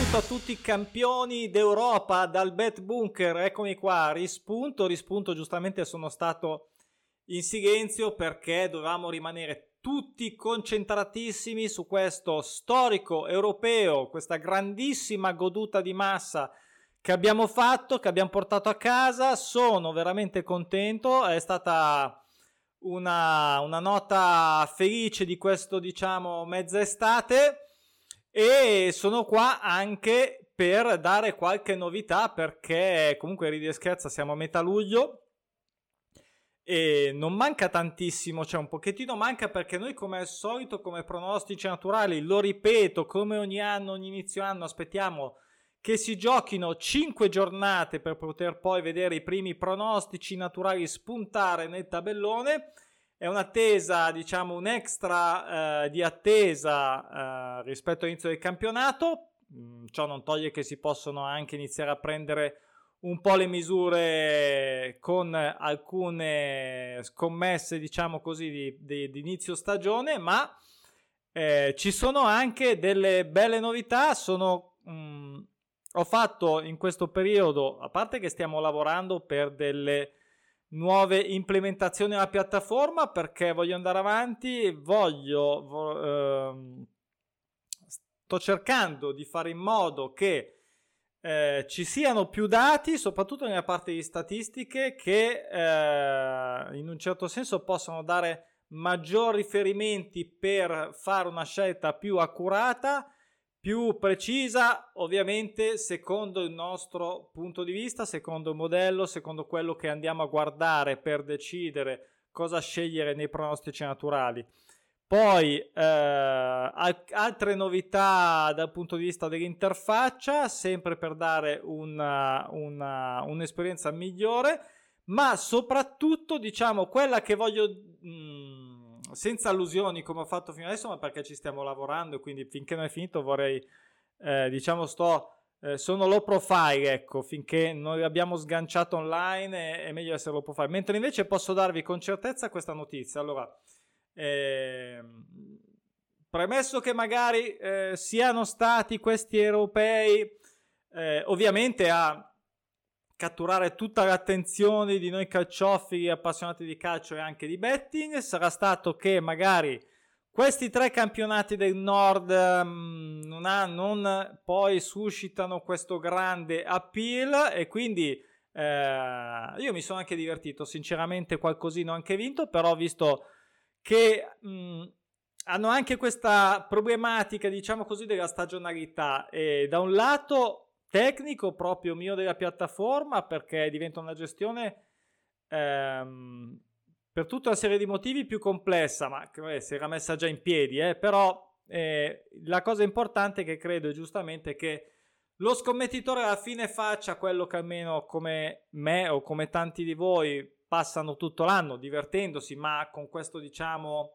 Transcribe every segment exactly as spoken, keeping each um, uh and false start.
saluto a tutti i campioni d'Europa dal Bet Bunker, eccomi qua, rispunto, rispunto, giustamente sono stato in silenzio perché dovevamo rimanere tutti concentratissimi su questo storico europeo, questa grandissima goduta di massa che abbiamo fatto, che abbiamo portato a casa. Sono veramente contento, è stata una, una nota felice di questo, diciamo, mezza estate. E sono qua anche per dare qualche novità, perché comunque ridi e scherza, siamo a metà luglio e non manca tantissimo, cioè un pochettino manca, perché noi come al solito, come pronostici naturali, lo ripeto, come ogni anno, ogni inizio anno, aspettiamo che si giochino cinque giornate per poter poi vedere i primi pronostici naturali spuntare nel tabellone. È un'attesa, diciamo, un extra eh, di attesa eh, rispetto all'inizio del campionato. Mm, ciò non toglie che si possono anche iniziare a prendere un po' le misure con alcune scommesse, diciamo così, di, di, di inizio stagione, ma eh, ci sono anche delle belle novità. Sono, mm, ho fatto in questo periodo, a parte che stiamo lavorando per delle nuove implementazioni alla piattaforma, perché voglio andare avanti, voglio vo, ehm, sto cercando di fare in modo che eh, ci siano più dati, soprattutto nella parte di statistiche, che eh, in un certo senso possano dare maggiori riferimenti per fare una scelta più accurata, più precisa, ovviamente secondo il nostro punto di vista, secondo il modello, secondo quello che andiamo a guardare per decidere cosa scegliere nei pronostici naturali. Poi eh, altre novità dal punto di vista dell'interfaccia, sempre per dare una, una, un'esperienza migliore, ma soprattutto, diciamo, quella che voglio... Mh, senza allusioni come ho fatto fino adesso, ma perché ci stiamo lavorando e quindi finché non è finito vorrei, eh, diciamo, sto eh, sono low profile, ecco, finché non abbiamo sganciato online è, è meglio essere low profile, mentre invece posso darvi con certezza questa notizia. Allora, eh, premesso che magari eh, siano stati questi europei eh, ovviamente a catturare tutta l'attenzione di noi calciofili appassionati di calcio e anche di betting, sarà stato che magari questi tre campionati del nord um, non, ha, non poi suscitano questo grande appeal, e quindi eh, io mi sono anche divertito, sinceramente qualcosina ho anche vinto, però ho visto che mh, hanno anche questa problematica, diciamo così, della stagionalità, e da un lato tecnico proprio mio della piattaforma, perché diventa una gestione ehm, per tutta una serie di motivi più complessa, ma che vabbè, si era messa già in piedi, eh, però eh, la cosa importante che credo è giustamente che lo scommettitore alla fine faccia quello che almeno come me o come tanti di voi passano tutto l'anno divertendosi, ma con questo, diciamo,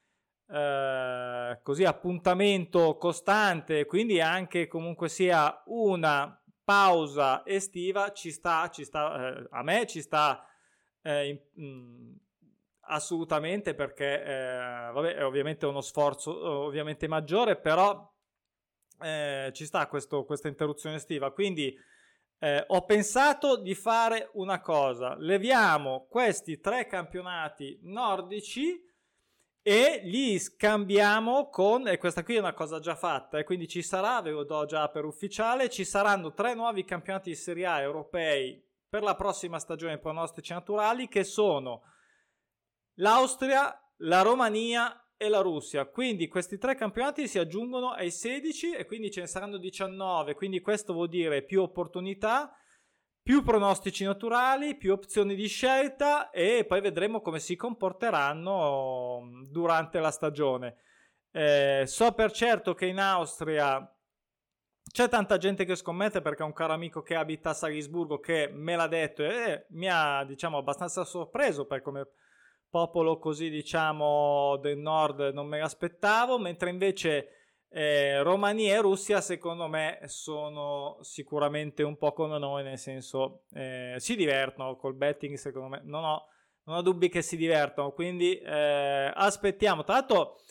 Uh, così appuntamento costante, quindi anche comunque sia una pausa estiva ci sta, ci sta eh, a me ci sta eh, in, mh, assolutamente, perché eh, vabbè, è ovviamente uno sforzo ovviamente maggiore, però eh, ci sta questo, questa interruzione estiva, quindi eh, ho pensato di fare una cosa: leviamo questi tre campionati nordici e li scambiamo con, e questa qui è una cosa già fatta, e quindi ci sarà, ve lo do già per ufficiale, ci saranno tre nuovi campionati di Serie A europei per la prossima stagione pronostici naturali, che sono l'Austria, la Romania e la Russia. Quindi questi tre campionati si aggiungono ai sedici e quindi ce ne saranno diciannove, quindi questo vuol dire più opportunità, più pronostici naturali, più opzioni di scelta, e poi vedremo come si comporteranno durante la stagione. Eh, so per certo che in Austria c'è tanta gente che scommette, perché ho un caro amico che abita a Salisburgo che me l'ha detto e mi ha, diciamo, abbastanza sorpreso, per come popolo così, diciamo, del nord non me l'aspettavo, mentre invece Eh, Romania e Russia secondo me sono sicuramente un po' come noi, nel senso eh, si divertono col betting, secondo me non ho, non ho dubbi che si divertono, quindi eh, aspettiamo. Tra l'altro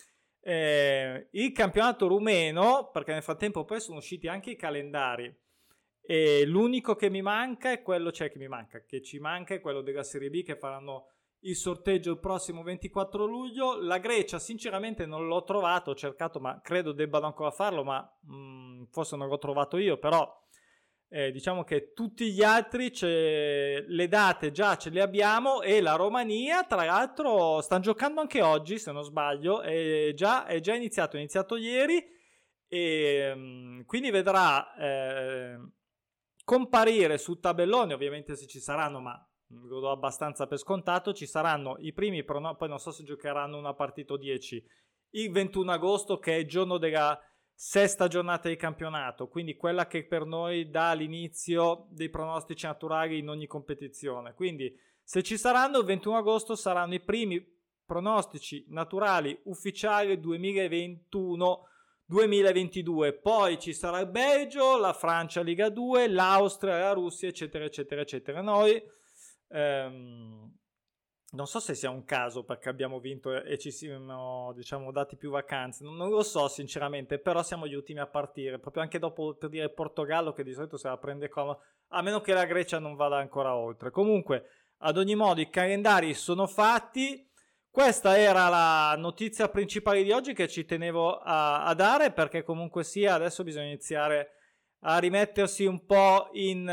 eh, il campionato rumeno, perché nel frattempo poi sono usciti anche i calendari, e l'unico che mi manca è quello, cioè che mi manca, che ci manca è quello della Serie B, che faranno il sorteggio il prossimo ventiquattro luglio. La Grecia sinceramente non l'ho trovato, ho cercato, ma credo debbano ancora farlo, ma mh, forse non l'ho trovato io, però eh, diciamo che tutti gli altri le date già ce le abbiamo, e la Romania tra l'altro stanno giocando anche oggi, se non sbaglio, è già, è già iniziato, è iniziato ieri, e mh, quindi vedrà eh, comparire sul tabellone, ovviamente se ci saranno, ma lo do abbastanza per scontato, ci saranno i primi, poi non so se giocheranno una partita o dieci, il ventuno agosto, che è il giorno della sesta giornata di campionato, quindi quella che per noi dà l'inizio dei pronostici naturali in ogni competizione. Quindi se ci saranno, il ventuno agosto saranno i primi pronostici naturali ufficiali duemilaventuno duemilaventidue, poi ci sarà il Belgio, la Francia Liga due, l'Austria, la Russia, eccetera eccetera eccetera. Noi ehm, non so se sia un caso perché abbiamo vinto e ci siano, diciamo, dati più vacanze, non, non lo so sinceramente, però siamo gli ultimi a partire, proprio anche dopo, per dire, il Portogallo, che di solito se la prende comodo, a meno che la Grecia non vada ancora oltre. Comunque, ad ogni modo, i calendari sono fatti. Questa era la notizia principale di oggi che ci tenevo a, a dare, perché comunque sia adesso bisogna iniziare a rimettersi un po' in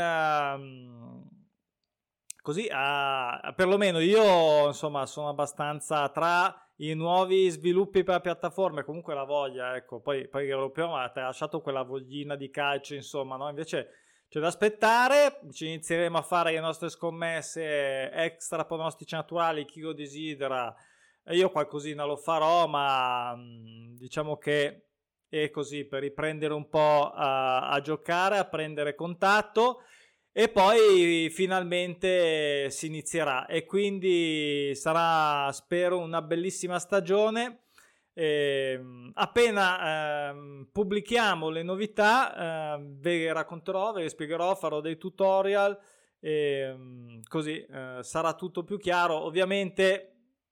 uh, così, a, a, perlomeno io insomma sono abbastanza tra i nuovi sviluppi per la piattaforma, comunque la voglia, ecco, poi, poi l'europeo mi ha lasciato quella voglina di calcio, insomma, no? Invece c'è da aspettare, ci inizieremo a fare le nostre scommesse extra pronostici naturali, chi lo desidera. Io qualcosina lo farò, ma diciamo che è così, per riprendere un po' a, a giocare, a prendere contatto, e poi finalmente si inizierà, e quindi sarà, spero, una bellissima stagione. Eh, appena eh, pubblichiamo le novità, eh, ve le racconterò, ve le spiegherò, farò dei tutorial, eh, così eh, sarà tutto più chiaro. Ovviamente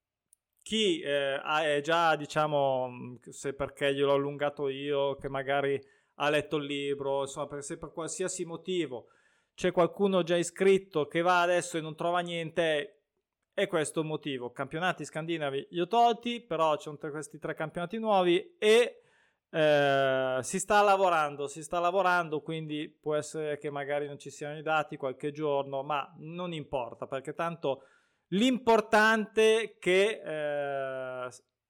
chi eh, è già, diciamo, se perché gliel'ho allungato io, che magari ha letto il libro, insomma, per, se per qualsiasi motivo c'è qualcuno già iscritto che va adesso e non trova niente, è questo il motivo. Campionati scandinavi li ho tolti, però c'è questi tre campionati nuovi e eh, si sta lavorando, si sta lavorando, quindi può essere che magari non ci siano i dati qualche giorno, ma non importa, perché tanto l'importante è che eh,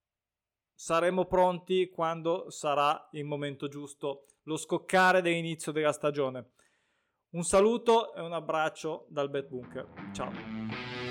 saremo pronti quando sarà il momento giusto, lo scoccare dell'inizio della stagione. Un saluto e un abbraccio dal Bet Bunker. Ciao.